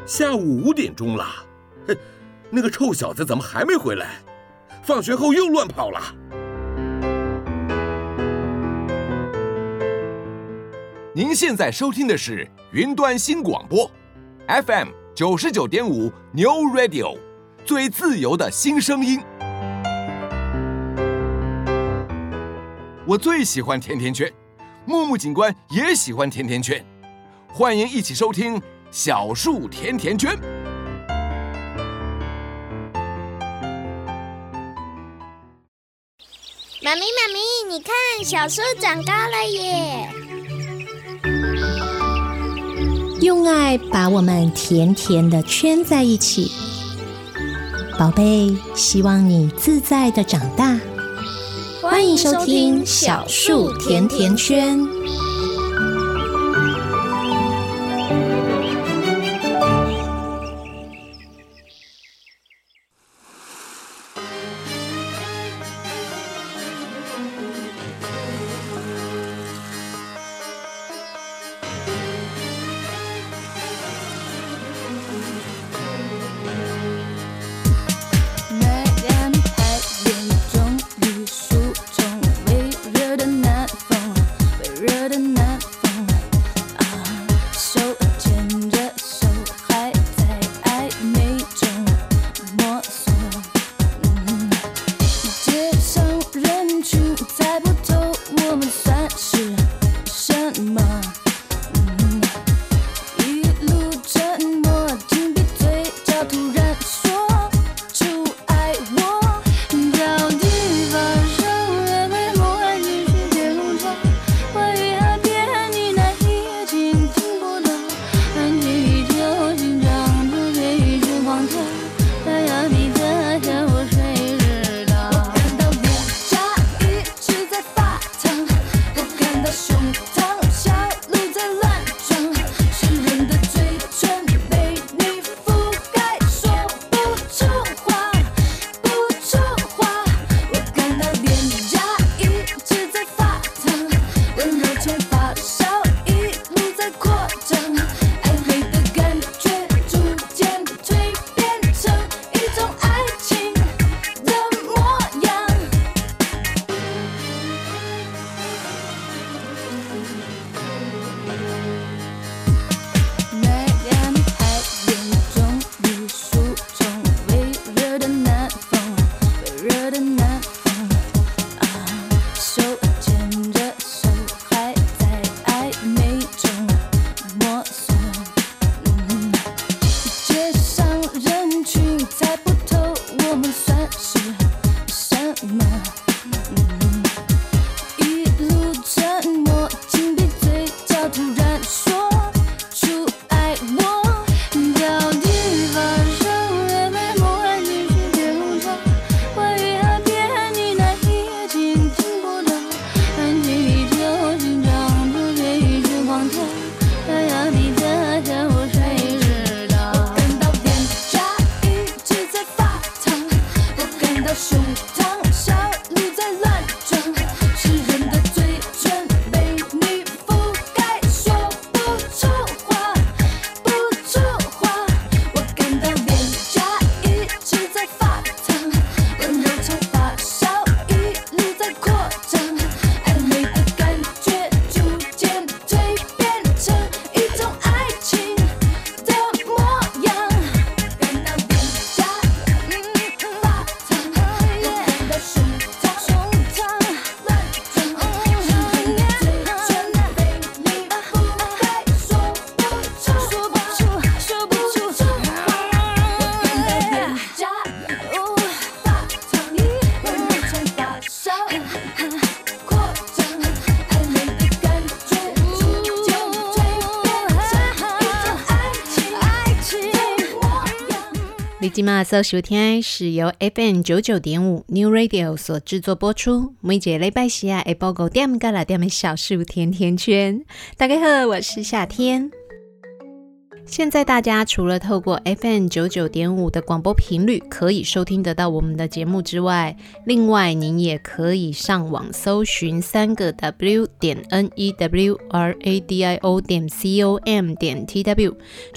下午5点钟了，那个臭小子怎么还没回来？放学后又乱跑了。 您现在收听的是云端新广播 FM 99.5 New Radio， 最自由的新声音。我最喜欢甜甜圈，木木警官也喜欢甜甜圈，欢迎一起收听小树甜甜圈。 妈咪，你看，小树长高了耶！ 用爱把我们甜甜的圈在一起，宝贝，希望你自在的长大。欢迎收听小树甜甜圈。你今晚所收听是由 FM 99.5 New Radio 所制作播出，每一个礼拜四下午5点到6点的小树甜甜圈。大家好，我是夏天。 现在大家除了透过 FM99.5 的广播频率可以收听得到我们的节目之外，另外您也可以上网搜寻3w.neuradio.com.tw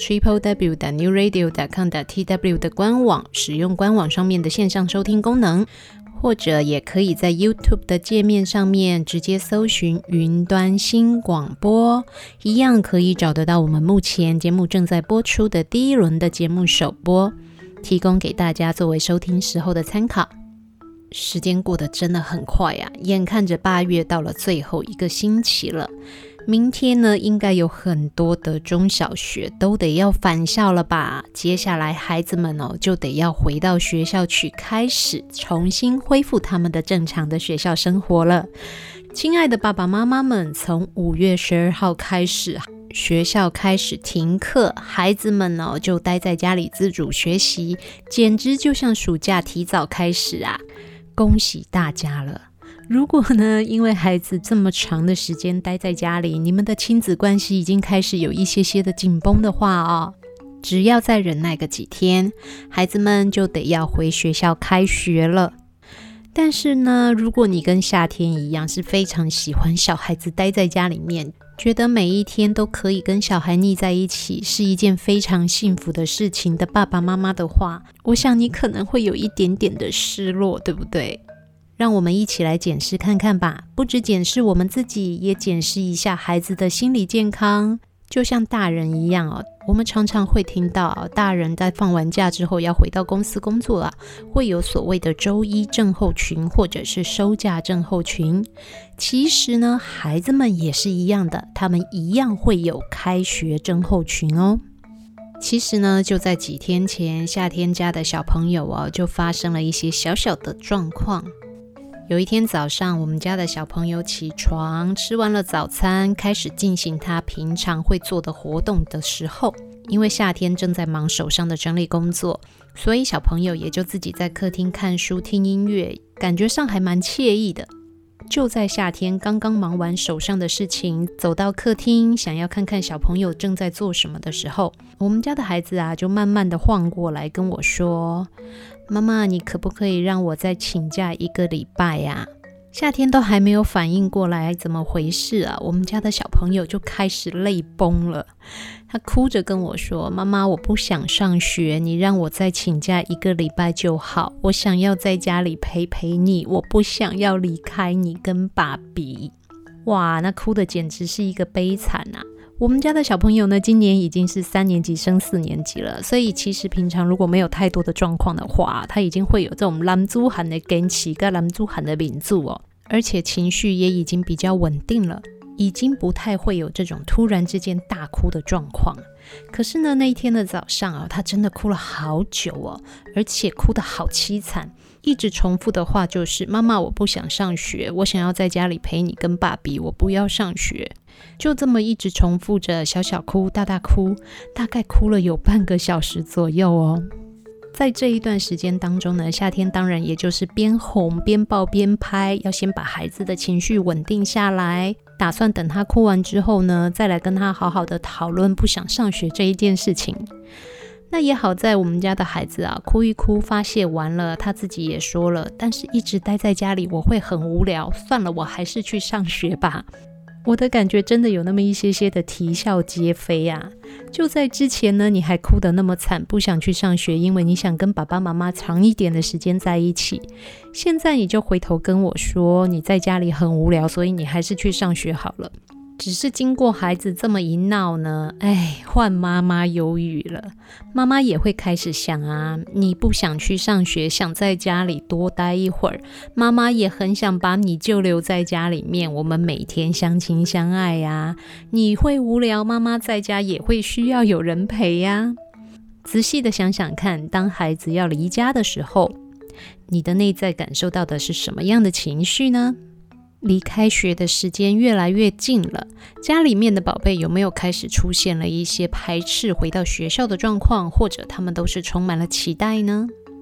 www.newradio.com.tw 的官网，使用官网上面的线上收听功能，或者也可以在 YouTube 的界面上面直接搜寻云端新广播，一样可以找得到我们目前节目正在播出的第一轮的节目首播，提供给大家作为收听时候的参考。时间过得真的很快啊，眼看着8月到了最后一个星期了，明天呢应该有很多的中小学都得要返校了吧，接下来孩子们就得要回到学校去，开始重新恢复他们的正常的学校生活了。亲爱的爸爸妈妈们，从5月12号开始，学校开始停课，孩子们就待在家里自主学习，简直就像暑假提早开始啊！恭喜大家了。如果呢，因为孩子这么长的时间待在家里，你们的亲子关系已经开始有一些的紧绷的话只要再忍耐个几天，孩子们就得要回学校开学了。但是呢，如果你跟夏天一样是非常喜欢小孩子待在家里面，觉得每一天都可以跟小孩腻在一起，是一件非常幸福的事情的爸爸妈妈的话，我想你可能会有一点点的失落，对不对？让我们一起来检视看看吧，不只检视我们自己，也检视一下孩子的心理健康。就像大人一样我们常常会听到大人在放完假之后要回到公司工作了，会有所谓的周一症候群或者是收假症候群。其实呢，孩子们也是一样的，他们一样会有开学症候群哦。其实呢，就在几天前，夏天家的小朋友就发生了一些小小的状况。有一天早上，我们家的小朋友起床，吃完了早餐，开始进行他平常会做的活动的时候，因为夏天正在忙手上的整理工作，所以小朋友也就自己在客厅看书听音乐，感觉上还蛮惬意的。就在夏天刚刚忙完手上的事情，走到客厅想要看看小朋友正在做什么的时候，我们家的孩子就慢慢的晃过来跟我说，妈妈，你可不可以让我再请假1个礼拜呀？夏天都还没有反应过来怎么回事我们家的小朋友就开始泪崩了。他哭着跟我说，妈妈，我不想上学，你让我再请假1个礼拜就好，我想要在家里陪陪你，我不想要离开你跟爸比。哇，那哭的简直是一个悲惨我们家的小朋友呢，今年已经是3年级升4年级了，所以其实平常如果没有太多的状况的话，他已经会有这种男子汉的坚持跟男子汉的民主而且情绪也已经比较稳定了，已经不太会有这种突然之间大哭的状况。可是呢，那一天的早上他真的哭了好久而且哭得好凄惨，一直重复的话就是妈妈，我不想上学，我想要在家里陪你跟爸比，我不要上学。就这么一直重复着，小小哭大大哭，大概哭了有半个小时左右在这一段时间当中呢，夏天当然也就是边哄边抱边拍，要先把孩子的情绪稳定下来，打算等他哭完之后呢，再来跟他好好的讨论不想上学这一件事情。那也好在我们家的孩子哭一哭发泄完了，他自己也说了，但是一直待在家里我会很无聊，算了，我还是去上学吧。我的感觉真的有那么一些的啼笑皆非就在之前呢，你还哭得那么惨，不想去上学，因为你想跟爸爸妈妈长一点的时间在一起。现在你就回头跟我说，你在家里很无聊，所以你还是去上学好了。只是经过孩子这么一闹呢，换妈妈忧郁了。妈妈也会开始想你不想去上学，想在家里多待一会儿，妈妈也很想把你就留在家里面，我们每天相亲相爱你会无聊，妈妈在家也会需要有人陪仔细的想想看，当孩子要离家的时候，你的内在感受到的是什么样的情绪呢？离开学的时间越来越近了，家里面的宝贝有没有开始出现了一些排斥回到学校的状况，或者他们都是充满了期待呢？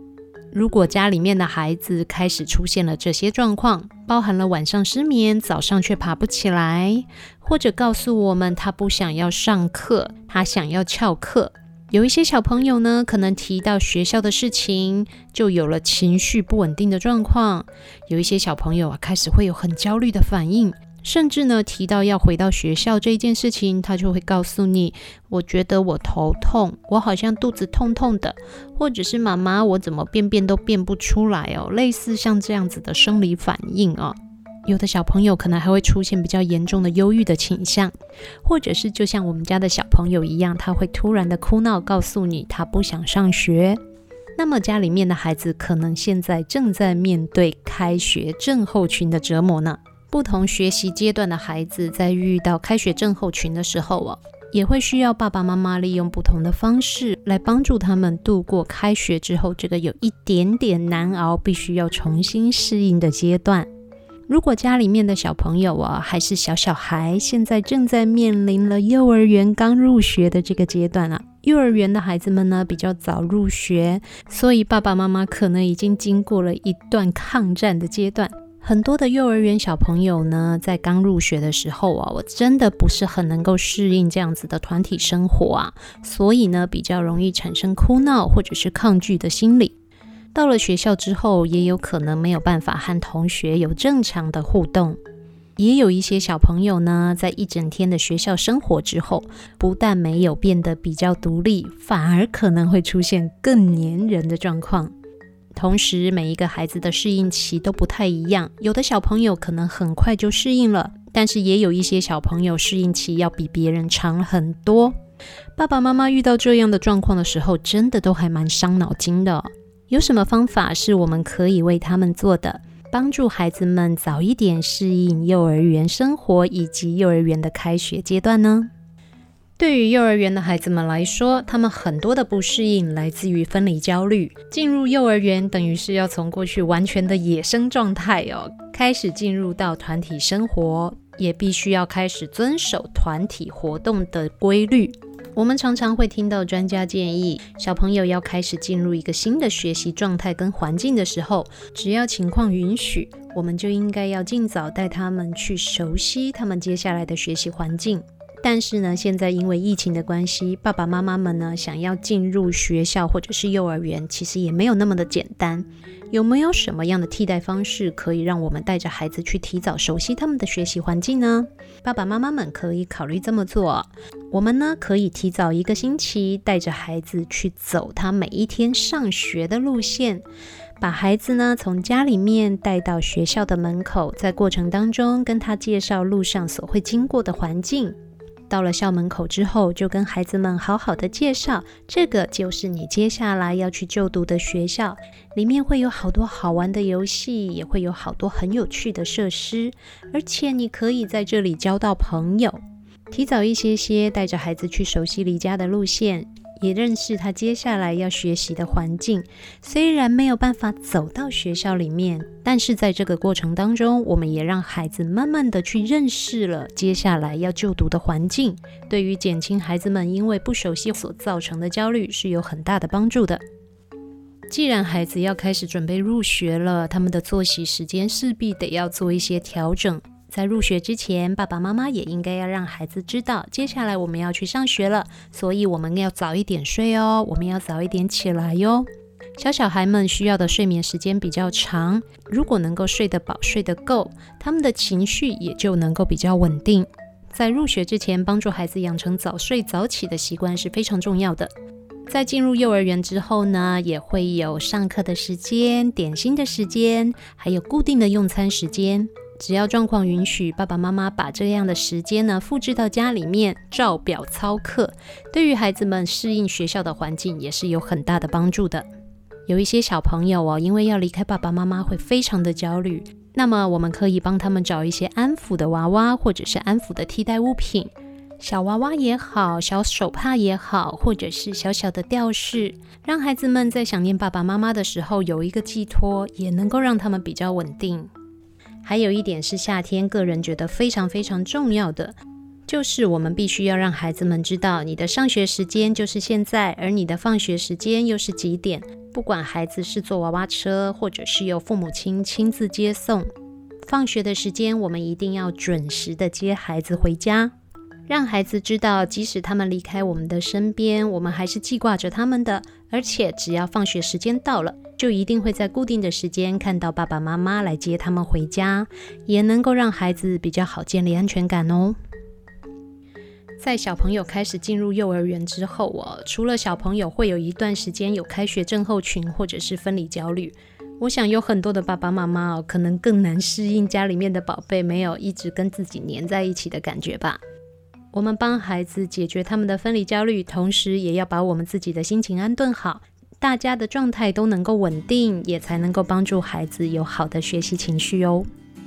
如果家里面的孩子开始出现了这些状况，包含了晚上失眠，早上却爬不起来，或者告诉我们他不想要上课，他想要翘课。有一些小朋友呢，可能提到学校的事情，就有了情绪不稳定的状况。有一些小朋友开始会有很焦虑的反应，甚至呢，提到要回到学校这一件事情，他就会告诉你，我觉得我头痛，我好像肚子痛痛的，或者是妈妈，我怎么便便都便不出来哦，类似像这样子的生理反应哦。有的小朋友可能还会出现比较严重的忧郁的倾向，或者是就像我们家的小朋友一样，他会突然的哭闹，告诉你他不想上学。那么家里面的孩子可能现在正在面对开学症候群的折磨呢。不同学习阶段的孩子在遇到开学症候群的时候也会需要爸爸妈妈利用不同的方式来帮助他们度过开学之后这个有一点点难熬，必须要重新适应的阶段。如果家里面的小朋友还是小孩，现在正在面临了幼儿园刚入学的这个阶段幼儿园的孩子们呢比较早入学，所以爸爸妈妈可能已经经过了一段抗战的阶段。很多的幼儿园小朋友呢，在刚入学的时候我真的不是很能够适应这样子的团体生活所以呢，比较容易产生哭闹或者是抗拒的心理。到了学校之后，也有可能没有办法和同学有正常的互动。也有一些小朋友呢，在一整天的学校生活之后，不但没有变得比较独立，反而可能会出现更黏人的状况。同时，每一个孩子的适应期都不太一样，有的小朋友可能很快就适应了，但是也有一些小朋友适应期要比别人长很多。爸爸妈妈遇到这样的状况的时候，真的都还蛮伤脑筋的有什么方法是我们可以为他们做的，帮助孩子们早一点适应幼儿园生活以及幼儿园的开学阶段呢？对于幼儿园的孩子们来说，他们很多的不适应来自于分离焦虑。进入幼儿园等于是要从过去完全的野生状态开始进入到团体生活，也必须要开始遵守团体活动的规律。我们常常会听到专家建议，小朋友要开始进入一个新的学习状态跟环境的时候，只要情况允许，我们就应该要尽早带他们去熟悉他们接下来的学习环境。但是呢，现在因为疫情的关系，爸爸妈妈们呢想要进入学校或者是幼儿园，其实也没有那么的简单。有没有什么样的替代方式可以让我们带着孩子去提早熟悉他们的学习环境呢？爸爸妈妈们可以考虑这么做。我们呢可以提早1个星期带着孩子去走他每一天上学的路线，把孩子呢从家里面带到学校的门口，在过程当中跟他介绍路上所会经过的环境。到了校门口之后，就跟孩子们好好的介绍，这个就是你接下来要去就读的学校，里面会有好多好玩的游戏，也会有好多很有趣的设施，而且你可以在这里交到朋友。提早一些带着孩子去熟悉离家的路线，也认识他接下来要学习的环境。虽然没有办法走到学校里面，但是在这个过程当中，我们也让孩子慢慢的去认识了接下来要就读的环境，对于减轻孩子们因为不熟悉所造成的焦虑是有很大的帮助的。既然孩子要开始准备入学了，他们的作息时间势必得要做一些调整。在入学之前，爸爸妈妈也应该要让孩子知道，接下来我们要去上学了，所以我们要早一点睡我们要早一点起来小孩们需要的睡眠时间比较长，如果能够睡得饱睡得够，他们的情绪也就能够比较稳定。在入学之前，帮助孩子养成早睡早起的习惯是非常重要的。在进入幼儿园之后呢，也会有上课的时间、点心的时间，还有固定的用餐时间。只要状况允许，爸爸妈妈把这样的时间呢复制到家里面，照表操课，对于孩子们适应学校的环境也是有很大的帮助的。有一些小朋友因为要离开爸爸妈妈会非常的焦虑，那么我们可以帮他们找一些安抚的娃娃，或者是安抚的替代物品，小娃娃也好，小手帕也好，或者是小小的吊饰，让孩子们在想念爸爸妈妈的时候有一个寄托，也能够让他们比较稳定。还有一点是夏天个人觉得非常非常重要的， 就是我们必须要让孩子们知道，你的上学时间就是现在，而你的放学时间又是几点。不管孩子是坐娃娃车，或者是由父母亲亲自接送，放学的时间我们一定要准时的接孩子回家，让孩子知道，即使他们离开我们的身边，我们还是记挂着他们的，而且只要放学时间到了，就一定会在固定的时间看到爸爸妈妈来接他们回家，也能够让孩子比较好建立安全感哦。在小朋友开始进入幼儿园之后，除了小朋友会有一段时间有开学症候群或者是分离焦虑，我想有很多的爸爸妈妈可能更难适应家里面的宝贝没有一直跟自己黏在一起的感觉吧。我们帮孩子解决他们的分离焦虑，同时也要把我们自己的心情安顿好，大家的状态都能够稳定，也才能够帮助孩子有好的学习情绪哦。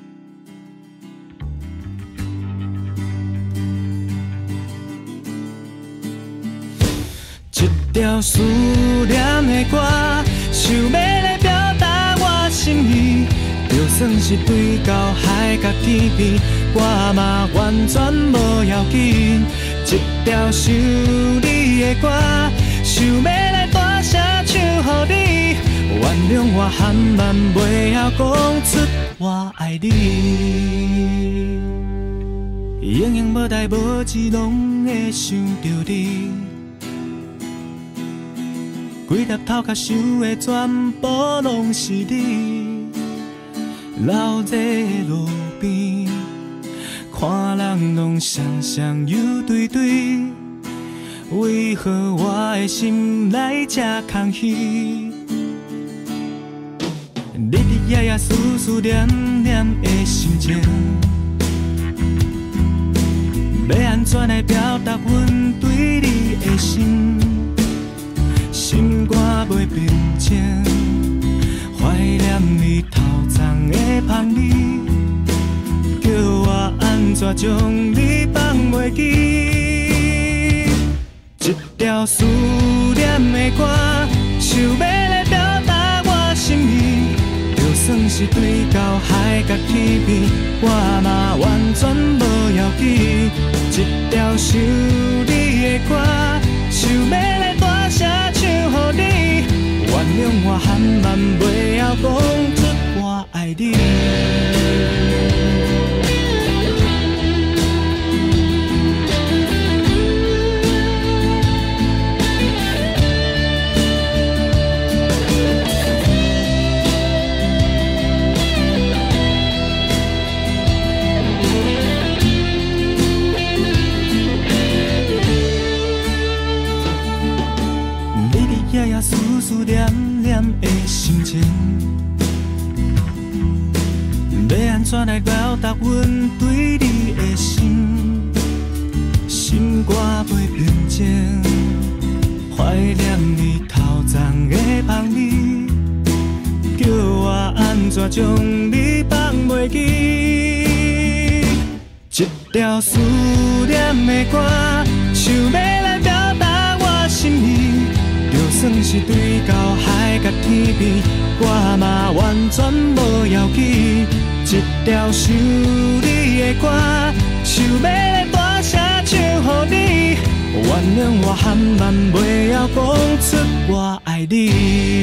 一条思念的歌，想要来表达我心意，就算是对到海角天边，我嘛完全无要紧。一条想你的歌，想要来大声唱予你，原谅我含慢袂晓讲出我爱你，永远无代无志拢会想着你。规粒头壳想的全部拢是你，流在路边，看人拢双双又对对，为何我的心来这空虚？日日夜夜思思念念的心情，要安怎来表达阮对你的心？心肝袂平静，怀念你头鬃的香味，叫我安怎将你放袂记？一条思念的歌，想要来表达我心意，就算是对到海角天边，我嘛完全无要紧。一条想你的歌，想要来大声唱予你，原谅我含慢袂晓讲出我爱你。思思念念的心情，要安怎来表达阮对你的心？心肝袂平静，怀念你头鬃的香味，叫我安怎将你放袂记？一条思念的歌，想要来表达我心意。就算是对到海角天边，我嘛完全无要紧。一条想你的歌，想要来大声唱予你，原谅我含慢袂晓讲出我爱你。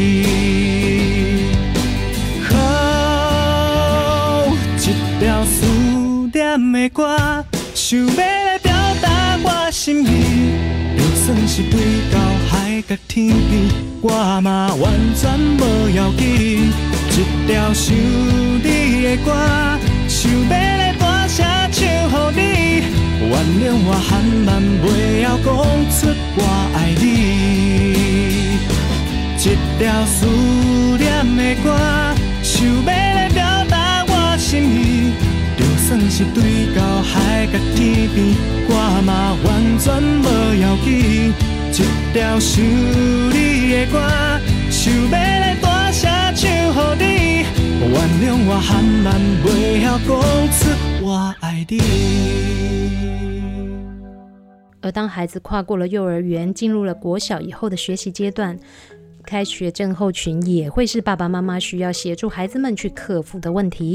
一条思念的歌，想要来表达我心意，就算是对到海角天边，我嘛完全无要紧。一条想你的歌，想要来大声唱予你，原谅我含慢袂晓讲出我爱你。一条思念的歌，想要来表达我心意，就算是对到海角天边，我嘛完全无要紧。一条想你的歌，想要来大声唱予你，原谅我含慢袂晓讲出我爱你。 而当孩子跨过了幼儿园，进入了国小以后的学习阶段，开学症候群也会是爸爸妈妈需要协助孩子们去克服的问题。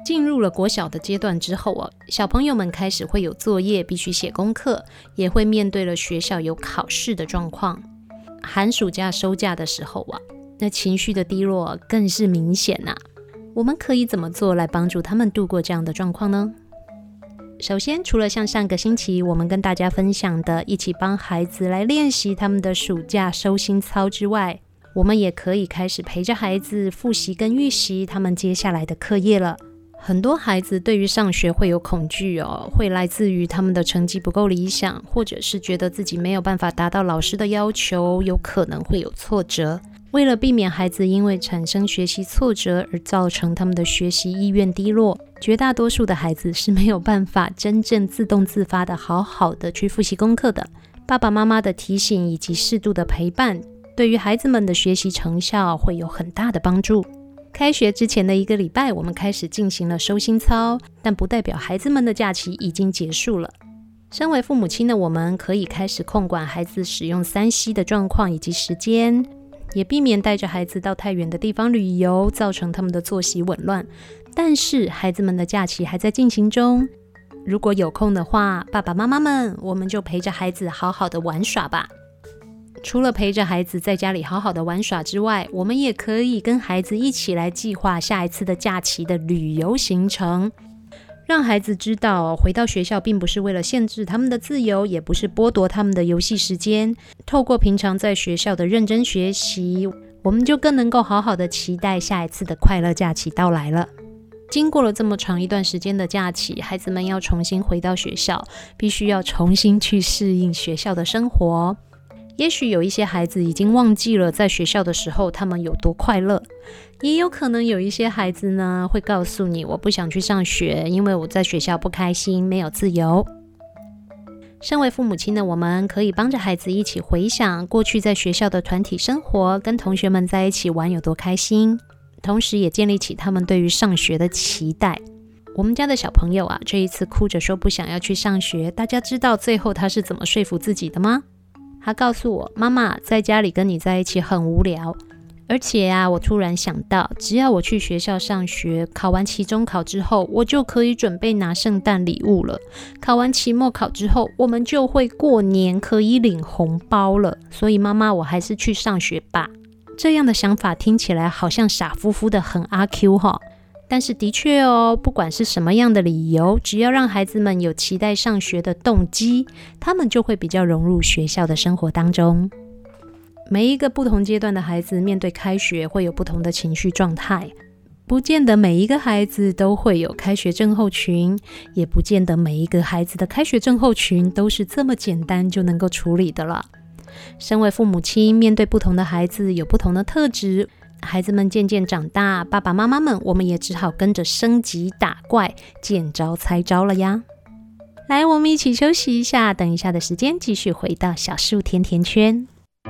进入了国小的阶段之后小朋友们开始会有作业，必须写功课，也会面对了学校有考试的状况。寒暑假收假的时候那情绪的低落更是明显我们可以怎么做来帮助他们度过这样的状况呢？首先，除了像上个星期我们跟大家分享的一起帮孩子来练习他们的暑假收心操之外，我们也可以开始陪着孩子复习跟预习他们接下来的课业了。很多孩子对于上学会有恐惧会来自于他们的成绩不够理想，或者是觉得自己没有办法达到老师的要求，有可能会有挫折。为了避免孩子因为产生学习挫折而造成他们的学习意愿低落，绝大多数的孩子是没有办法真正自动自发的好好的去复习功课的。爸爸妈妈的提醒以及适度的陪伴，对于孩子们的学习成效会有很大的帮助。开学之前的1个礼拜，我们开始进行了收心操，但不代表孩子们的假期已经结束了。身为父母亲的我们，可以开始控管孩子使用3C 的状况以及时间，也避免带着孩子到太远的地方旅游，造成他们的作息紊乱。但是孩子们的假期还在进行中，如果有空的话，爸爸妈妈们，我们就陪着孩子好好的玩耍吧。除了陪着孩子在家里好好的玩耍之外，我们也可以跟孩子一起来计划下一次的假期的旅游行程，让孩子知道回到学校并不是为了限制他们的自由，也不是剥夺他们的游戏时间。透过平常在学校的认真学习，我们就更能够好好的期待下一次的快乐假期到来了。经过了这么长一段时间的假期，孩子们要重新回到学校，必须要重新去适应学校的生活。也许有一些孩子已经忘记了在学校的时候他们有多快乐，也有可能有一些孩子呢会告诉你，我不想去上学，因为我在学校不开心，没有自由。身为父母亲的我们，可以帮着孩子一起回想过去在学校的团体生活，跟同学们在一起玩有多开心，同时也建立起他们对于上学的期待。我们家的小朋友这一次哭着说不想要去上学，大家知道最后他是怎么说服自己的吗？他告诉我，妈妈，在家里跟你在一起很无聊，而且我突然想到，只要我去学校上学，考完期中考之后，我就可以准备拿圣诞礼物了。考完期末考之后，我们就会过年，可以领红包了。所以妈妈，我还是去上学吧。这样的想法听起来好像傻乎乎的很阿 Q 但是的确不管是什么样的理由，只要让孩子们有期待上学的动机，他们就会比较融入学校的生活当中。每一个不同阶段的孩子面对开学会有不同的情绪状态，不见得每一个孩子都会有开学症候群，也不见得每一个孩子的开学症候群都是这么简单就能够处理的了。身为父母亲，面对不同的孩子有不同的特质，孩子们渐渐长大，爸爸妈妈们我们也只好跟着升级打怪，见招拆招了呀。来，我们一起休息一下，等一下的时间继续回到小树甜甜圈。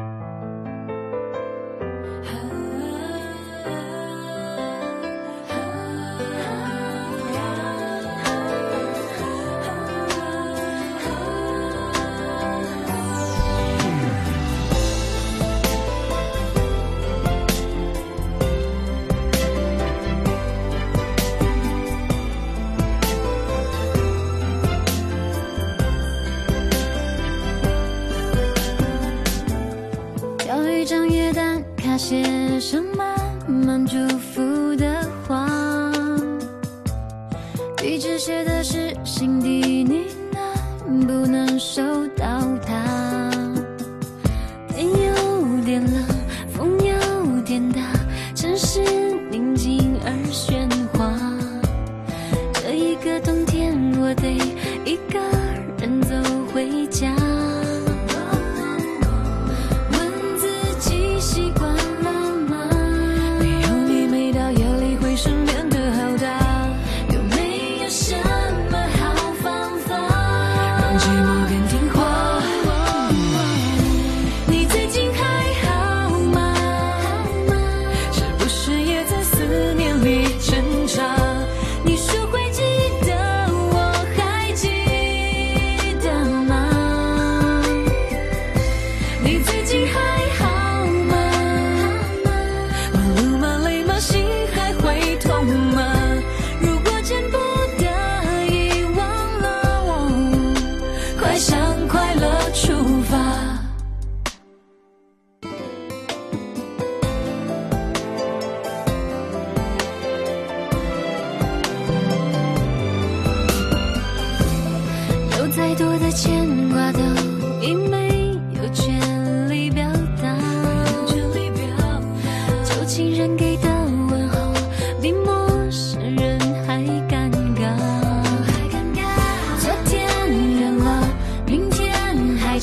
写上满满祝福的话，地址写的是心底呢喃，不能收到它。天有点冷，风有点大，城市宁静而喧哗。这一个冬天，我得一个人走回家。身边的好大，有没有什么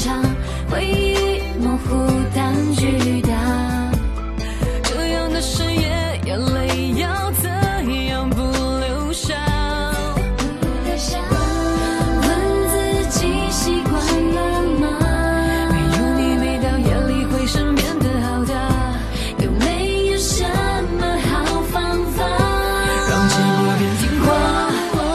场，回忆模糊当巨大，这样的誓言，眼泪要怎样不流下？问自己习惯了吗？没有你，每到夜里回声变得好大，有没有什么好方法让寂寞变听话？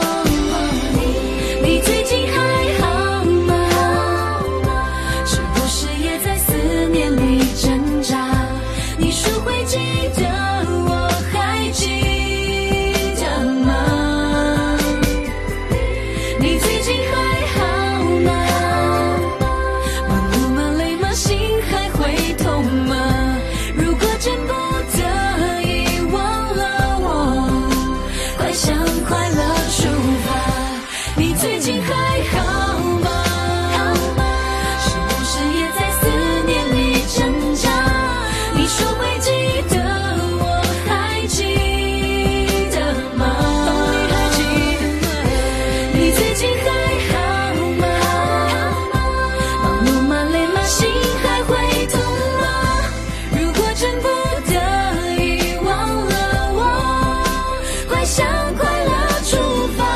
你最近还好吗？是不是也在思念里挣扎？你说会记得，我还记得吗？你最近还好吗？忙碌吗？累吗？心还会痛吗？如果真不得已忘了我，快想快乐出发。你最近还好吗？是不是也在思念里挣扎？你说会记得，我还记得吗？你还记得吗？你最近还好吗？忙碌吗？累吗？心还会痛吗？如果真不得已忘了我，快想快乐出发。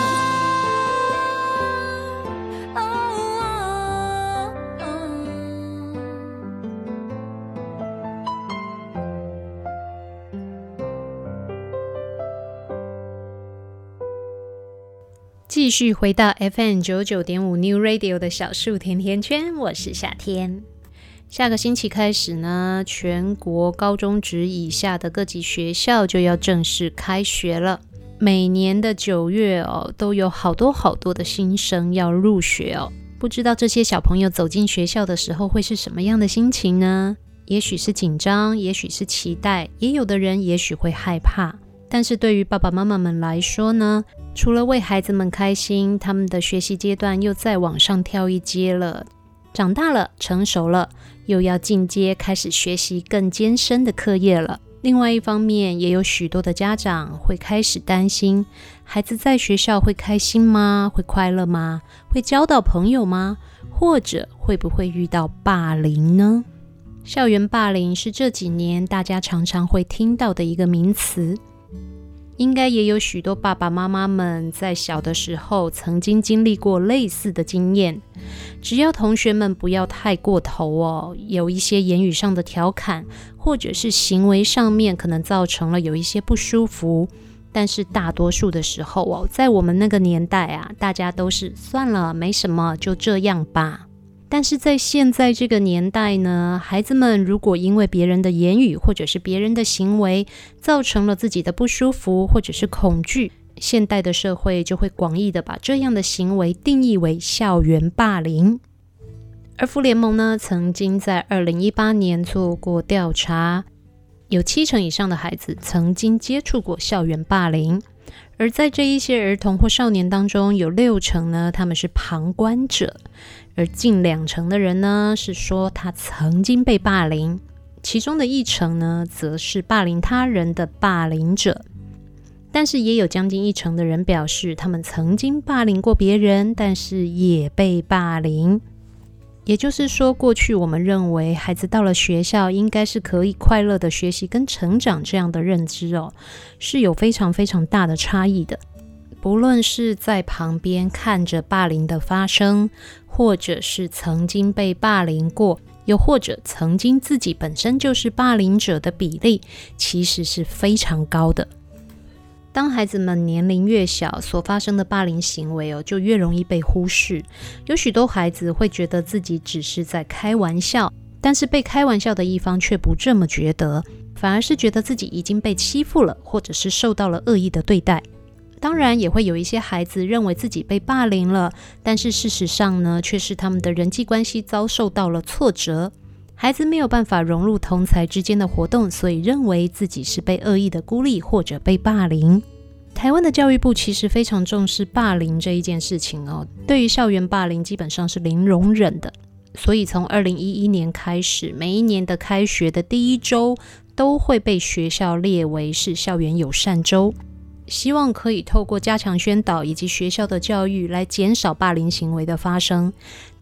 继续回到 FM 99.5 New Radio 的小树甜甜圈，我是夏天。下个星期开始呢，全国高中职以下的各级学校就要正式开学了。每年的9月都有好多的新生要入学不知道这些小朋友走进学校的时候会是什么样的心情呢？也许是紧张，也许是期待，也有的人也许会害怕。但是对于爸爸妈妈们来说呢，除了为孩子们开心，他们的学习阶段又再往上跳一阶了，长大了，成熟了，又要进阶开始学习更艰深的课业了。另外一方面，也有许多的家长会开始担心，孩子在学校会开心吗？会快乐吗？会交到朋友吗？或者会不会遇到霸凌呢？校园霸凌是这几年大家常常会听到的一个名词，应该也有许多爸爸妈妈们在小的时候曾经经历过类似的经验。只要同学们不要太过头有一些言语上的调侃，或者是行为上面可能造成了有一些不舒服，但是大多数的时候在我们那个年代大家都是算了，没什么，就这样吧。但是在现在这个年代呢，孩子们如果因为别人的言语或者是别人的行为造成了自己的不舒服或者是恐惧，现代的社会就会广义的把这样的行为定义为校园霸凌。儿福联盟呢，曾经在2018年做过调查，有70%以上的孩子曾经接触过校园霸凌，而在这一些儿童或少年当中，有60%呢，他们是旁观者，而近20%的人呢，是说他曾经被霸凌，其中的1%呢，则是霸凌他人的霸凌者。但是也有将近1%的人表示，他们曾经霸凌过别人，但是也被霸凌。也就是说，过去我们认为孩子到了学校应该是可以快乐的学习跟成长这样的认知是有非常非常大的差异的。不论是在旁边看着霸凌的发生，或者是曾经被霸凌过，又或者曾经自己本身就是霸凌者的比例，其实是非常高的。当孩子们年龄越小，所发生的霸凌行为就越容易被忽视。有许多孩子会觉得自己只是在开玩笑，但是被开玩笑的一方却不这么觉得，反而是觉得自己已经被欺负了，或者是受到了恶意的对待。当然也会有一些孩子认为自己被霸凌了，但是事实上呢，却是他们的人际关系遭受到了挫折，孩子没有办法融入同侪之间的活动，所以认为自己是被恶意的孤立或者被霸凌。台湾的教育部其实非常重视霸凌这一件事情对于校园霸凌基本上是零容忍的。所以从2011年开始，每一年的开学的第1周都会被学校列为是校园友善周，希望可以透过加强宣导以及学校的教育来减少霸凌行为的发生。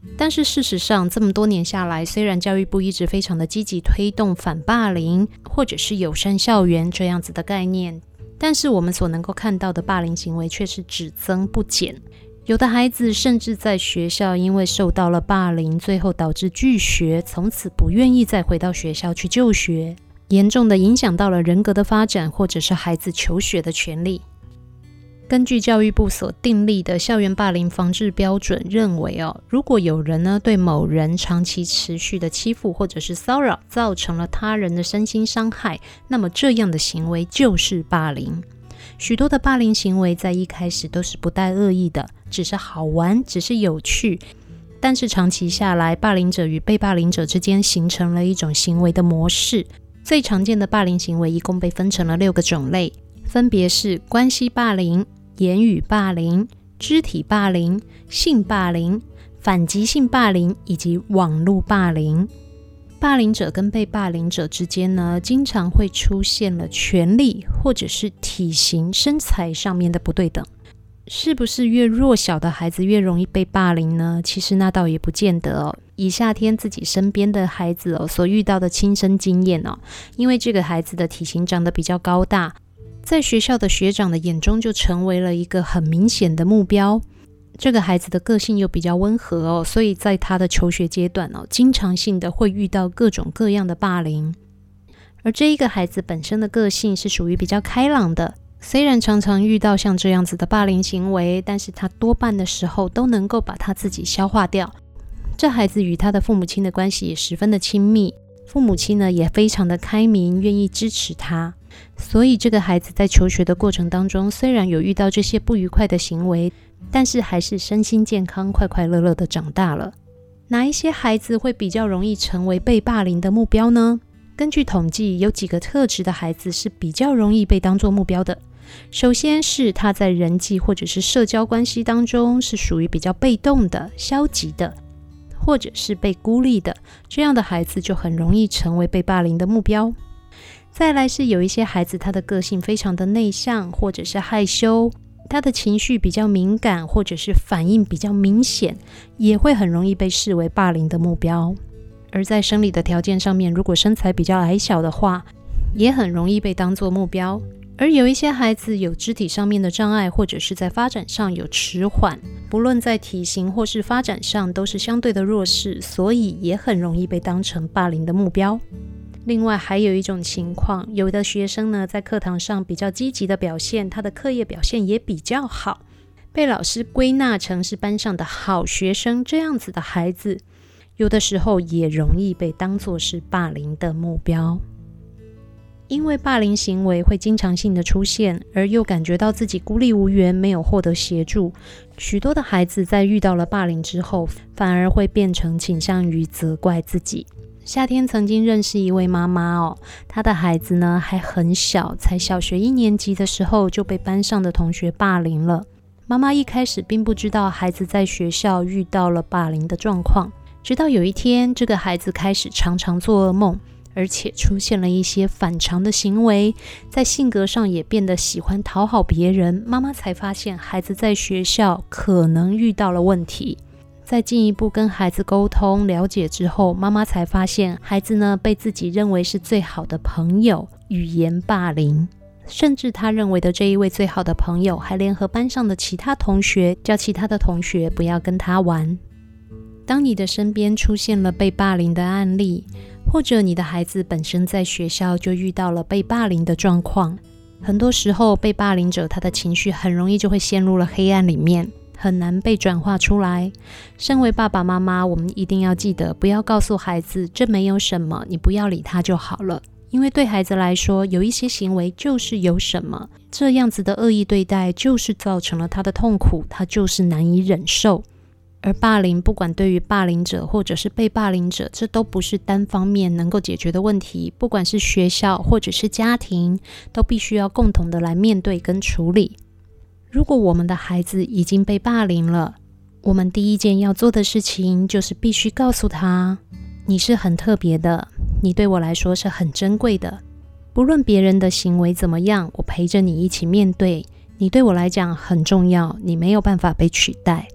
但是事实上，这么多年下来，虽然教育部一直非常的积极推动反霸凌或者是友善校园这样子的概念，但是我们所能够看到的霸凌行为却是只增不减。有的孩子甚至在学校因为受到了霸凌，最后导致拒学，从此不愿意再回到学校去就学，严重的影响到了人格的发展，或者是孩子求学的权利。根据教育部所订立的校园霸凌防治标准认为，如果有人呢对某人长期持续的欺负或者是骚扰，造成了他人的身心伤害，那么这样的行为就是霸凌。许多的霸凌行为在一开始都是不带恶意的，只是好玩，只是有趣，但是长期下来，霸凌者与被霸凌者之间形成了一种行为的模式。最常见的霸凌行为一共被分成了6个种类，分别是关系霸凌、言语霸凌、肢体霸凌、性霸凌、反击性霸凌以及网络霸凌。霸凌者跟被霸凌者之间呢，经常会出现了权力或者是体型、身材上面的不对等。是不是越弱小的孩子越容易被霸凌呢？其实那倒也不见得以夏天自己身边的孩子所遇到的亲身经验因为这个孩子的体型长得比较高大，在学校的学长的眼中就成为了一个很明显的目标。这个孩子的个性又比较温和所以在他的求学阶段经常性的会遇到各种各样的霸凌。而这一个孩子本身的个性是属于比较开朗的，虽然常常遇到像这样子的霸凌行为，但是他多半的时候都能够把他自己消化掉。这孩子与他的父母亲的关系也十分的亲密，父母亲呢也非常的开明，愿意支持他。所以这个孩子在求学的过程当中，虽然有遇到这些不愉快的行为，但是还是身心健康，快快乐乐的长大了。哪一些孩子会比较容易成为被霸凌的目标呢？根据统计，有几个特质的孩子是比较容易被当作目标的。首先是他在人际或者是社交关系当中是属于比较被动的、消极的，或者是被孤立的，这样的孩子就很容易成为被霸凌的目标。再来是有一些孩子他的个性非常的内向或者是害羞，他的情绪比较敏感或者是反应比较明显，也会很容易被视为霸凌的目标。而在生理的条件上面，如果身材比较矮小的话，也很容易被当作目标。而有一些孩子有肢体上面的障碍，或者是在发展上有迟缓，不论在体型或是发展上都是相对的弱势，所以也很容易被当成霸凌的目标。另外还有一种情况，有的学生呢在课堂上比较积极的表现，他的课业表现也比较好，被老师归纳成是班上的好学生，这样子的孩子有的时候也容易被当作是霸凌的目标。因为霸凌行为会经常性的出现，而又感觉到自己孤立无援，没有获得协助，许多的孩子在遇到了霸凌之后，反而会变成倾向于责怪自己。夏天曾经认识一位妈妈她的孩子呢还很小，才小学1年级的时候就被班上的同学霸凌了。妈妈一开始并不知道孩子在学校遇到了霸凌的状况，直到有一天，这个孩子开始常常做噩梦，而且出现了一些反常的行为，在性格上也变得喜欢讨好别人。妈妈才发现孩子在学校可能遇到了问题。在进一步跟孩子沟通了解之后，妈妈才发现孩子呢被自己认为是最好的朋友语言霸凌，甚至他认为的这一位最好的朋友还联合班上的其他同学，叫其他的同学不要跟他玩。当你的身边出现了被霸凌的案例，或者你的孩子本身在学校就遇到了被霸凌的状况，很多时候被霸凌者他的情绪很容易就会陷入了黑暗里面，很难被转化出来。身为爸爸妈妈，我们一定要记得不要告诉孩子这没有什么，你不要理他就好了。因为对孩子来说，有一些行为就是有什么，这样子的恶意对待就是造成了他的痛苦，他就是难以忍受。而霸凌不管对于霸凌者或者是被霸凌者，这都不是单方面能够解决的问题，不管是学校或者是家庭，都必须要共同的来面对跟处理。如果我们的孩子已经被霸凌了，我们第一件要做的事情就是必须告诉他，你是很特别的，你对我来说是很珍贵的，不论别人的行为怎么样，我陪着你一起面对，你对我来讲很重要，你没有办法被取代。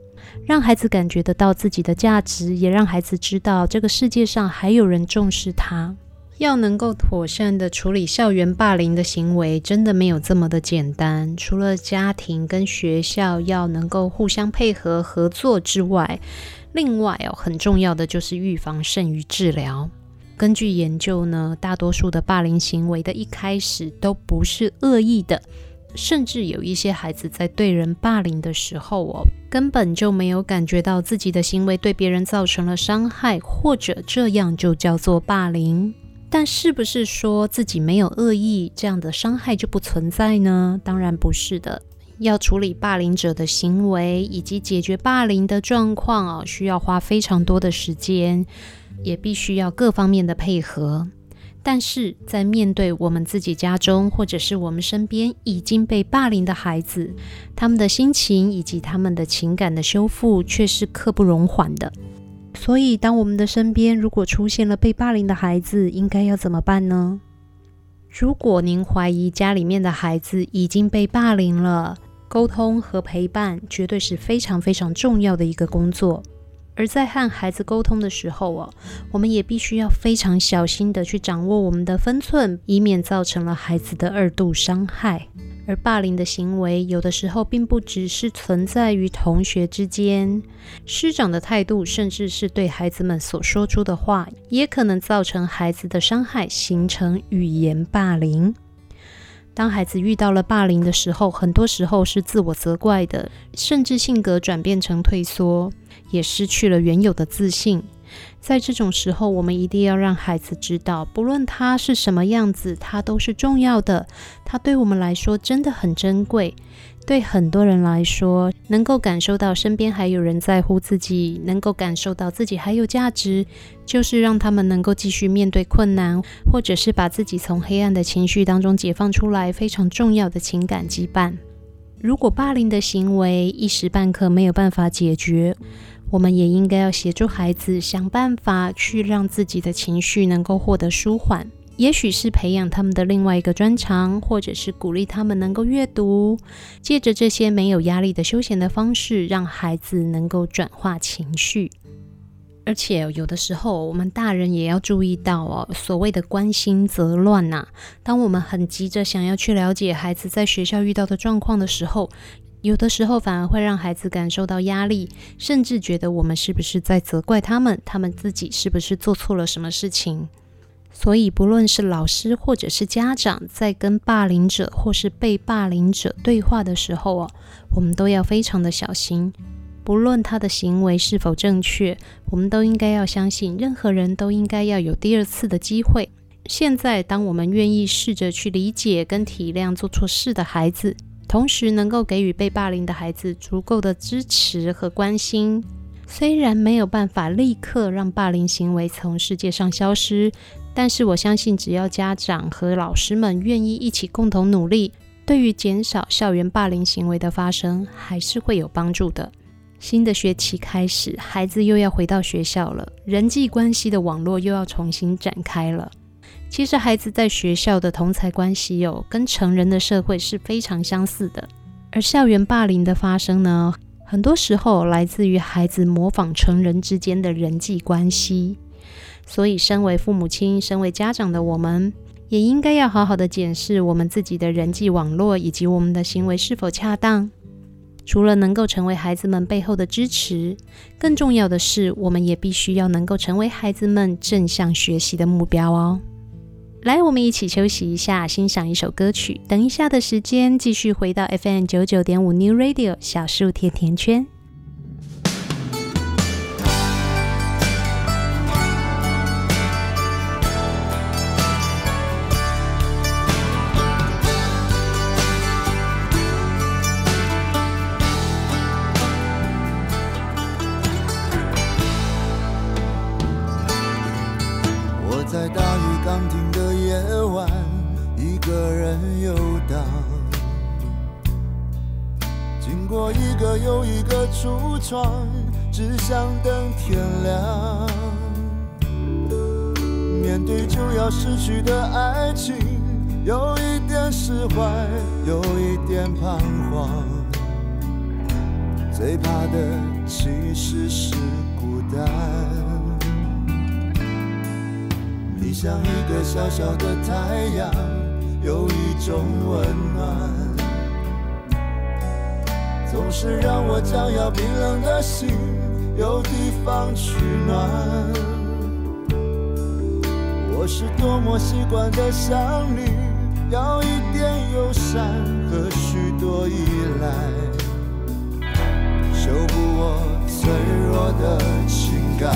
让孩子感觉得到自己的价值，也让孩子知道这个世界上还有人重视他。要能够妥善的处理校园霸凌的行为，真的没有这么的简单。除了家庭跟学校要能够互相配合合作之外，另外很重要的就是预防胜于治疗。根据研究呢，大多数的霸凌行为的一开始都不是恶意的，甚至有一些孩子在对人霸凌的时候根本就没有感觉到自己的行为对别人造成了伤害，或者这样就叫做霸凌。但是不是说自己没有恶意，这样的伤害就不存在呢？当然不是的。要处理霸凌者的行为以及解决霸凌的状况需要花非常多的时间，也必须要各方面的配合。但是在面对我们自己家中或者是我们身边已经被霸凌的孩子，他们的心情以及他们的情感的修复却是刻不容缓的。所以当我们的身边如果出现了被霸凌的孩子，应该要怎么办呢？如果您怀疑家里面的孩子已经被霸凌了，沟通和陪伴绝对是非常非常重要的一个工作。而在和孩子沟通的时候我们也必须要非常小心的去掌握我们的分寸，以免造成了孩子的二度伤害。而霸凌的行为有的时候并不只是存在于同学之间，师长的态度甚至是对孩子们所说出的话，也可能造成孩子的伤害，形成语言霸凌。当孩子遇到了霸凌的时候，很多时候是自我责怪的，甚至性格转变成退缩，也失去了原有的自信。在这种时候，我们一定要让孩子知道，不论他是什么样子，他都是重要的，他对我们来说真的很珍贵。对很多人来说，能够感受到身边还有人在乎自己，能够感受到自己还有价值，就是让他们能够继续面对困难，或者是把自己从黑暗的情绪当中解放出来，非常重要的情感羁绊。如果霸凌的行为一时半刻没有办法解决，我们也应该要协助孩子想办法去让自己的情绪能够获得舒缓，也许是培养他们的另外一个专长，或者是鼓励他们能够阅读，借着这些没有压力的休闲的方式，让孩子能够转化情绪。而且有的时候我们大人也要注意到所谓的关心则乱当我们很急着想要去了解孩子在学校遇到的状况的时候，有的时候反而会让孩子感受到压力，甚至觉得我们是不是在责怪他们自己是不是做错了什么事情。所以不论是老师或者是家长，在跟霸凌者或是被霸凌者对话的时候我们都要非常的小心。不论他的行为是否正确，我们都应该要相信，任何人都应该要有第二次的机会。现在当我们愿意试着去理解跟体谅做错事的孩子，同时能够给予被霸凌的孩子足够的支持和关心，虽然没有办法立刻让霸凌行为从世界上消失，但是我相信只要家长和老师们愿意一起共同努力，对于减少校园霸凌行为的发生还是会有帮助的。新的学期开始，孩子又要回到学校了，人际关系的网络又要重新展开了。其实孩子在学校的同侪关系跟成人的社会是非常相似的，而校园霸凌的发生呢，很多时候来自于孩子模仿成人之间的人际关系。所以身为父母亲，身为家长的我们，也应该要好好的检视我们自己的人际网络以及我们的行为是否恰当。除了能够成为孩子们背后的支持，更重要的是，我们也必须要能够成为孩子们正向学习的目标哦。来，我们一起休息一下，欣赏一首歌曲。等一下的时间，继续回到 FM 99.5 New Radio 小树甜甜圈。 在大雨刚停的夜晚，一个人游荡，经过一个又一个橱窗，只想等天亮。面对就要失去的爱情，有一点释怀，有一点彷徨。 最怕的其实是孤单。你像一个小小的太阳，有一种温暖，总是让我将要冰冷的心有地方取暖。我是多么习惯的想你，要一点友善和许多依赖，修补我脆弱的情感。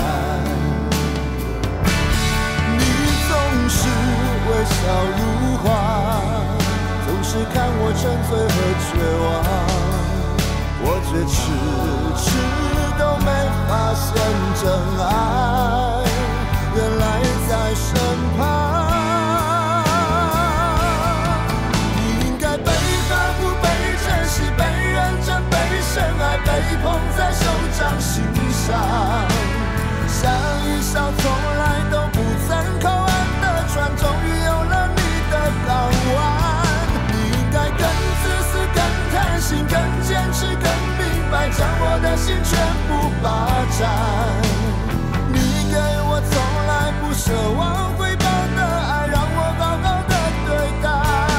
你总是微笑如花，总是看我沉醉和绝望，我却迟迟都没发现真爱原来在身旁。你应该被呵护、被珍惜、被认真、被深爱，被捧在手掌心上，像一艘从来都不曾靠岸的船，终于有了你的港湾。你应该更自私、更贪心、更坚持、更明白，将我的心全部霸占。你给我从来不奢望回报的爱，让我好好的对待。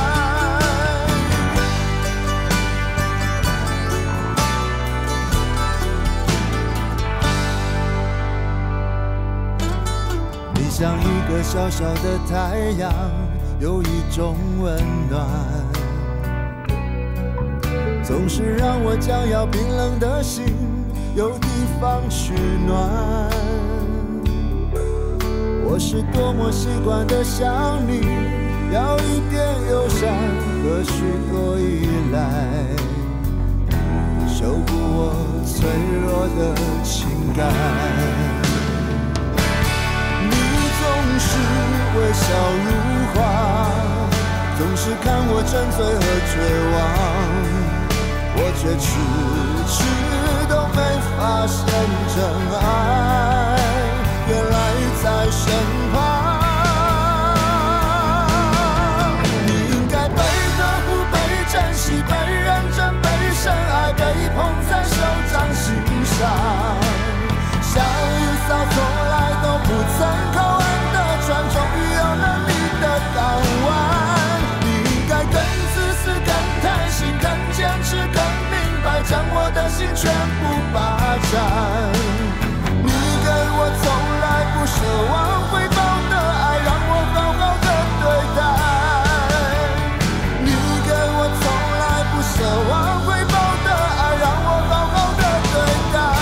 你像一个小小的太阳，有一种温暖，总是让我将要冰冷的心有地方取暖。我是多么习惯的想你，要一点友善和许多依赖，修补我脆弱的情感。你总是微笑如花，总是看我沉醉和绝望，我却迟迟都没发现真爱原来在身旁。你应该被呵护、被珍惜、被认真、被深爱，被捧在手掌心上，像一艘从来都不曾靠岸的船，终于有了你的港湾。你应该更自私、更贪心、更坚持、更明白，将我的心全部霸占。你给我从来不奢望回报的爱，让我好好的对待。你给我从来不奢望回报的爱，让我好好的对待。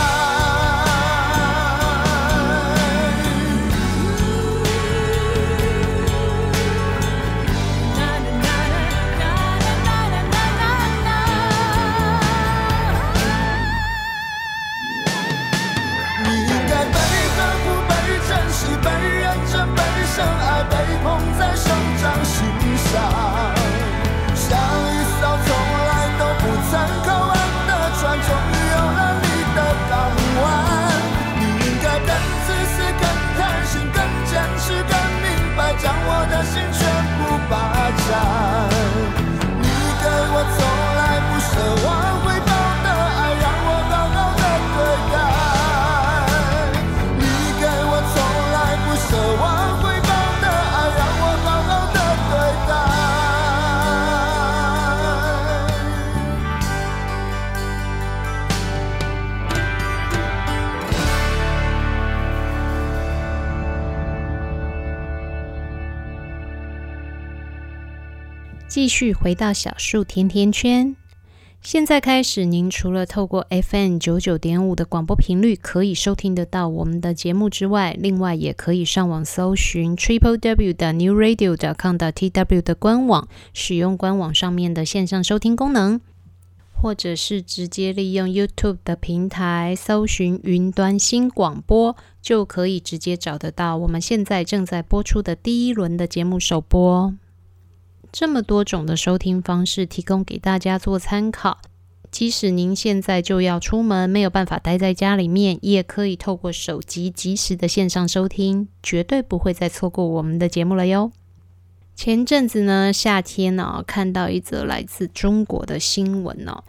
被认真、被深爱，被捧在手掌心上，像一艘从来都不曾靠岸的船，终于有了你的港湾。你应该更自私、更贪心、更坚持、更明白，将我的心全部霸占。你给我从来不奢望回报的爱，让我好好的对待。奢望回报的爱，让我好好的对待。 继续回到小树甜甜圈。现在开始，您除了透过 FM 99.5 的广播频率可以收听得到我们的节目之外，另外也可以上网搜寻 www.newradio.com.tw 的官网，使用官网上面的线上收听功能，或者是直接利用 YouTube 的平台搜寻云端新广播，就可以直接找得到我们现在正在播出的第一轮的节目首播。这么多种的收听方式提供给大家做参考，即使您现在就要出门，没有办法待在家里面，也可以透过手机即时的线上收听，绝对不会再错过我们的节目了哟。前阵子呢，夏天看到一则来自中国的新闻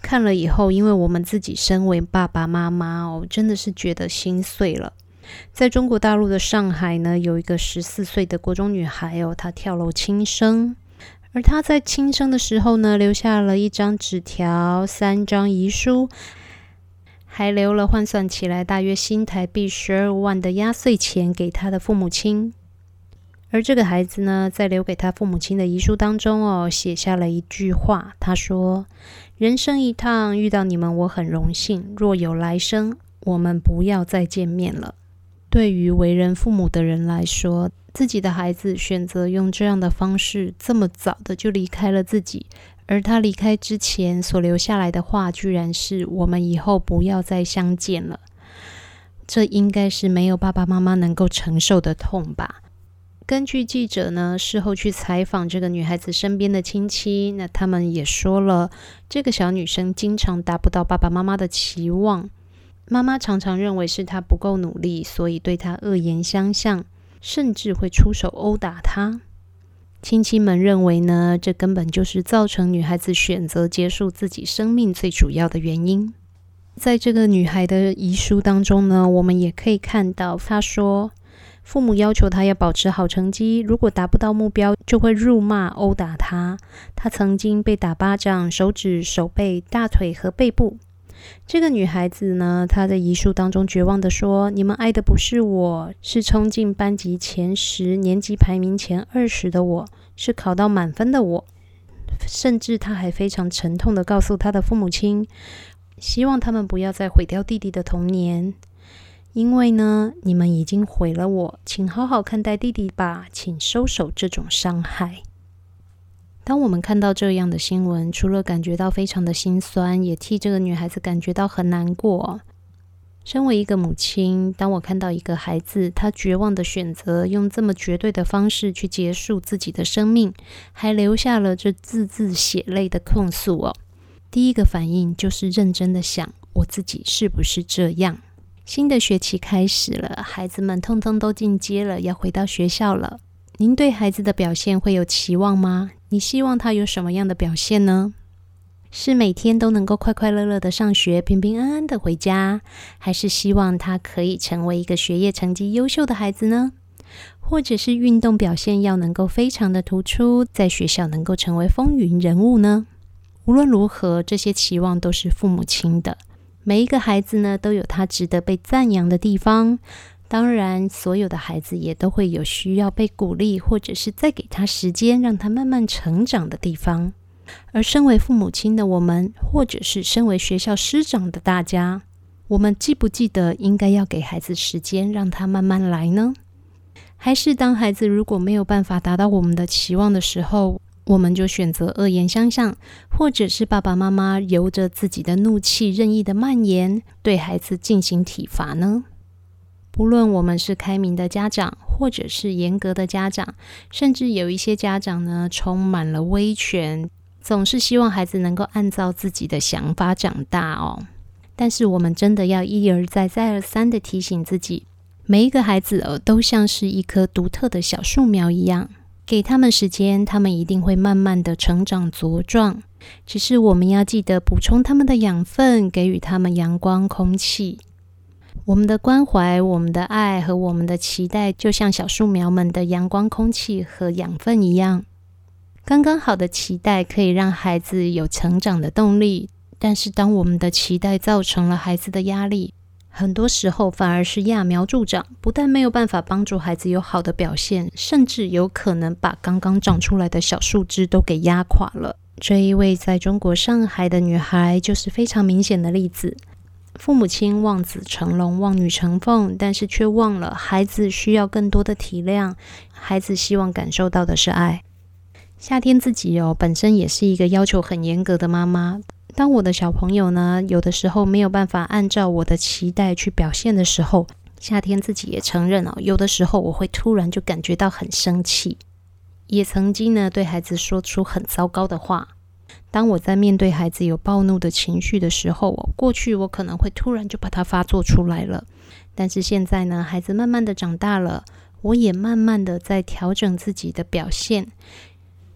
看了以后，因为我们自己身为爸爸妈妈真的是觉得心碎了。在中国大陆的上海呢，有一个14岁的国中女孩她跳楼轻生。而她在轻生的时候呢，留下了一张纸条、3张遗书，还留了换算起来大约新台币12万的压岁钱给她的父母亲。而这个孩子呢，在留给他父母亲的遗书当中写下了一句话，他说：人生一趟，遇到你们我很荣幸，若有来生，我们不要再见面了。对于为人父母的人来说，自己的孩子选择用这样的方式这么早的就离开了自己，而他离开之前所留下来的话居然是我们以后不要再相见了。这应该是没有爸爸妈妈能够承受的痛吧。根据记者呢，事后去采访这个女孩子身边的亲戚，那他们也说了，这个小女生经常达不到爸爸妈妈的期望，妈妈常常认为是她不够努力，所以对她恶言相向，甚至会出手殴打她。亲戚们认为呢，这根本就是造成女孩子选择结束自己生命最主要的原因。在这个女孩的遗书当中呢，我们也可以看到，她说父母要求他要保持好成绩，如果达不到目标就会辱骂殴打他。他曾经被打巴掌，手指、手背、大腿和背部。这个女孩子呢，她在遗书当中绝望地说，你们爱的不是我，是冲进班级前10、年级排名前20的我，是考到满分的我。甚至她还非常沉痛地告诉她的父母亲，希望他们不要再毁掉弟弟的童年，因为呢，你们已经毁了我，请好好看待弟弟吧，请收手这种伤害。当我们看到这样的新闻，除了感觉到非常的心酸，也替这个女孩子感觉到很难过。身为一个母亲，当我看到一个孩子，他绝望的选择用这么绝对的方式去结束自己的生命，还留下了这字字血泪的控诉第一个反应就是认真的想，我自己是不是这样？新的学期开始了，孩子们通通都进阶了，要回到学校了。您对孩子的表现会有期望吗？你希望他有什么样的表现呢？是每天都能够快快乐乐的上学，平平安安的回家，还是希望他可以成为一个学业成绩优秀的孩子呢？或者是运动表现要能够非常的突出，在学校能够成为风云人物呢？无论如何，这些期望都是父母亲的。每一个孩子呢，都有他值得被赞扬的地方。当然，所有的孩子也都会有需要被鼓励，或者是再给他时间，让他慢慢成长的地方。而身为父母亲的我们，或者是身为学校师长的大家，我们记不记得应该要给孩子时间，让他慢慢来呢？还是当孩子如果没有办法达到我们的期望的时候，我们就选择恶言相向，或者是爸爸妈妈由着自己的怒气任意的蔓延，对孩子进行体罚呢？不论我们是开明的家长，或者是严格的家长，甚至有一些家长呢，充满了威权，总是希望孩子能够按照自己的想法长大但是我们真的要一而再再而三的提醒自己，每一个孩子都像是一棵独特的小树苗一样，给他们时间，他们一定会慢慢的成长茁壮。只是我们要记得补充他们的养分，给予他们阳光空气。我们的关怀，我们的爱和我们的期待，就像小树苗们的阳光空气和养分一样。刚刚好的期待可以让孩子有成长的动力，但是当我们的期待造成了孩子的压力，很多时候反而是揠苗助长，不但没有办法帮助孩子有好的表现，甚至有可能把刚刚长出来的小树枝都给压垮了。这一位在中国上海的女孩就是非常明显的例子。父母亲望子成龙，望女成凤，但是却忘了孩子需要更多的体谅，孩子希望感受到的是爱。夏天自己本身也是一个要求很严格的妈妈。当我的小朋友呢，有的时候没有办法按照我的期待去表现的时候，夏天自己也承认有的时候我会突然就感觉到很生气，也曾经呢对孩子说出很糟糕的话。当我在面对孩子有暴怒的情绪的时候，过去我可能会突然就把它发作出来了，但是现在呢，孩子慢慢的长大了，我也慢慢的在调整自己的表现。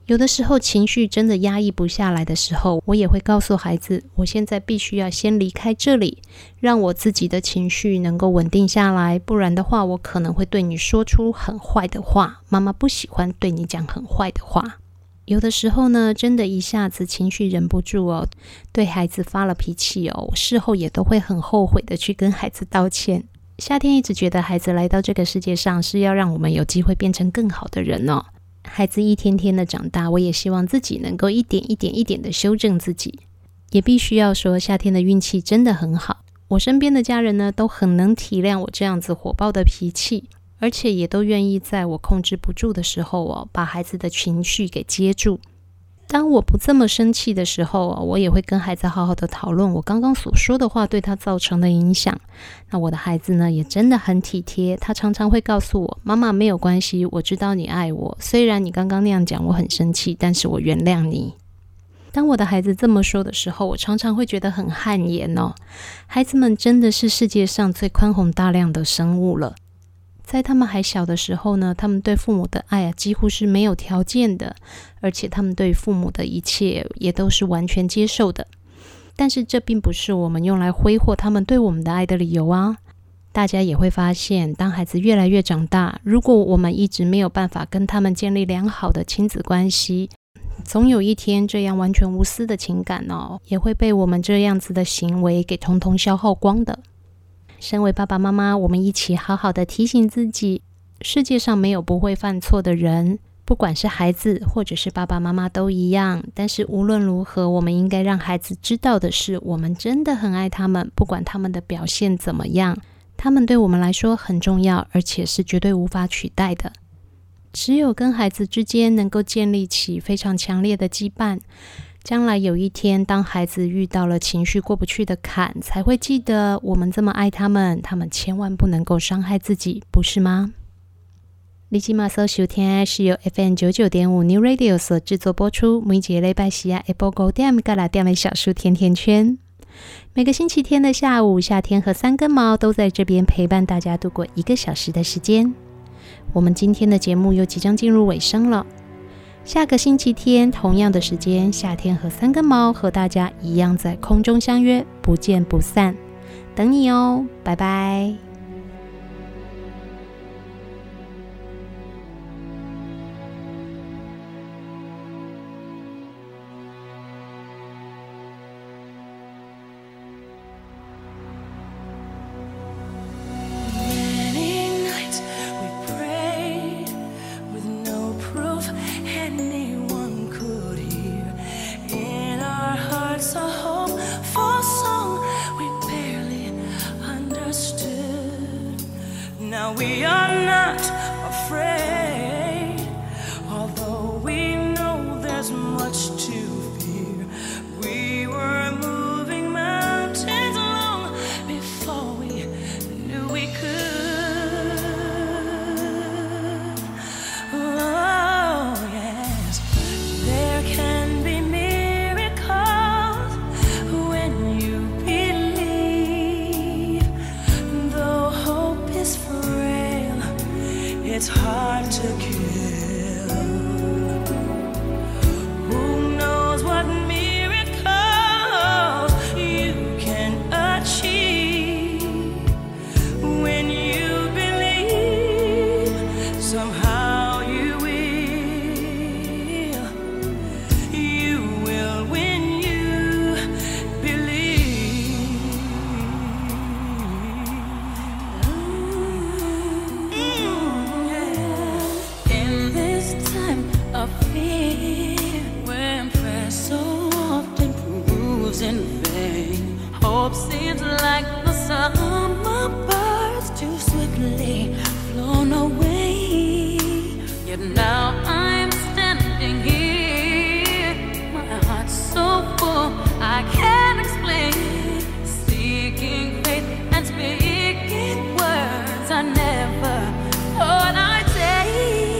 有的时候情绪真的压抑不下来的时候，我也会告诉孩子，我现在必须要先离开这里，让我自己的情绪能够稳定下来，不然的话我可能会对你说出很坏的话，妈妈不喜欢对你讲很坏的话。有的时候呢，真的一下子情绪忍不住哦，对孩子发了脾气哦，我事后也都会很后悔的去跟孩子道歉。夏天一直觉得孩子来到这个世界上是要让我们有机会变成更好的人哦。孩子一天天的长大，我也希望自己能够一点一点的修正自己。也必须要说，夏天的运气真的很好，我身边的家人呢，都很能体谅我这样子火爆的脾气，而且也都愿意在我控制不住的时候哦，把孩子的情绪给接住。当我不这么生气的时候我也会跟孩子好好的讨论我刚刚所说的话对他造成的影响。那我的孩子呢，也真的很体贴，他常常会告诉我，妈妈没有关系，我知道你爱我，虽然你刚刚那样讲我很生气，但是我原谅你。当我的孩子这么说的时候，我常常会觉得很汗颜哦。孩子们真的是世界上最宽宏大量的生物了。在他们还小的时候呢，他们对父母的爱几乎是没有条件的，而且他们对父母的一切也都是完全接受的。但是这并不是我们用来挥霍他们对我们的爱的理由啊。大家也会发现，当孩子越来越长大，如果我们一直没有办法跟他们建立良好的亲子关系，总有一天这样完全无私的情感也会被我们这样子的行为给统统消耗光的。身为爸爸妈妈，我们一起好好的提醒自己，世界上没有不会犯错的人，不管是孩子或者是爸爸妈妈都一样。但是无论如何，我们应该让孩子知道的是，我们真的很爱他们，不管他们的表现怎么样，他们对我们来说很重要，而且是绝对无法取代的。只有跟孩子之间能够建立起非常强烈的羁绊，将来有一天当孩子遇到了情绪过不去的坎，才会记得我们这么爱他们，他们千万不能够伤害自己，不是吗？你现在所收听的是由 FM99.5 New Radio 所制作播出，每一个礼拜四下午5点到6点的小树甜甜圈。每个星期天的下午，夏天和三根毛都在这边陪伴大家度过1个小时的时间。我们今天的节目又即将进入尾声了，下个星期天同样的时间，夏天和三根毛和大家一样在空中相约，不见不散，等你哦，拜拜。 Now we are not afraid, although we know there's much to fear. We were moving mountains long before we knew we could. Oh yes, there can be miracles when you believe. Though hope is frail, it's hard to kill. Who knows what miracles you can achieve when you believe? Somehow you will when you believe. In this time of fear, when prayer so often proves in vain, hope seems like the summer birds too swiftly flown away. Yet now I'm standing here, my heart's so full I can't explain, seeking faith and speaking words I never thought I'd say.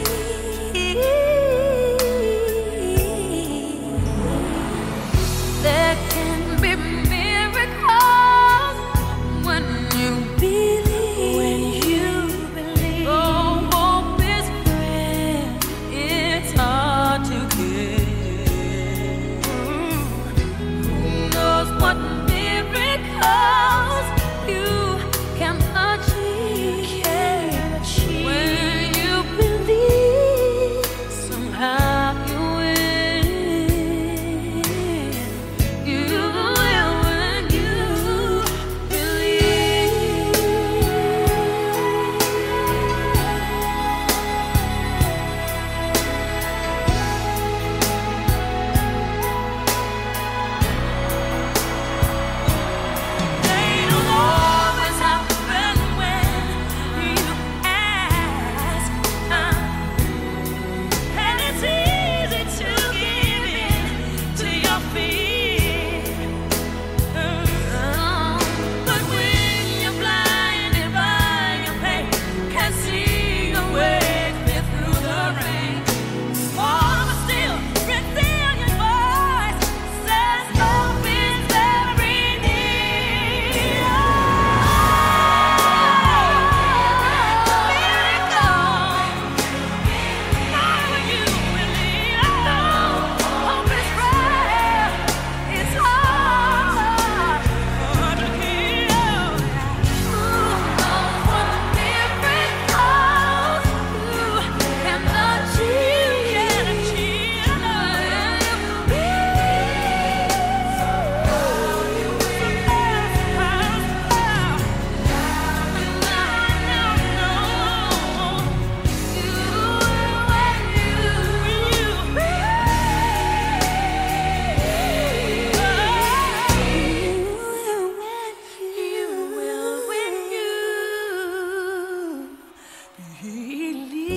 There can be miracles when you believe. When you believe. Oh, hope is frail, really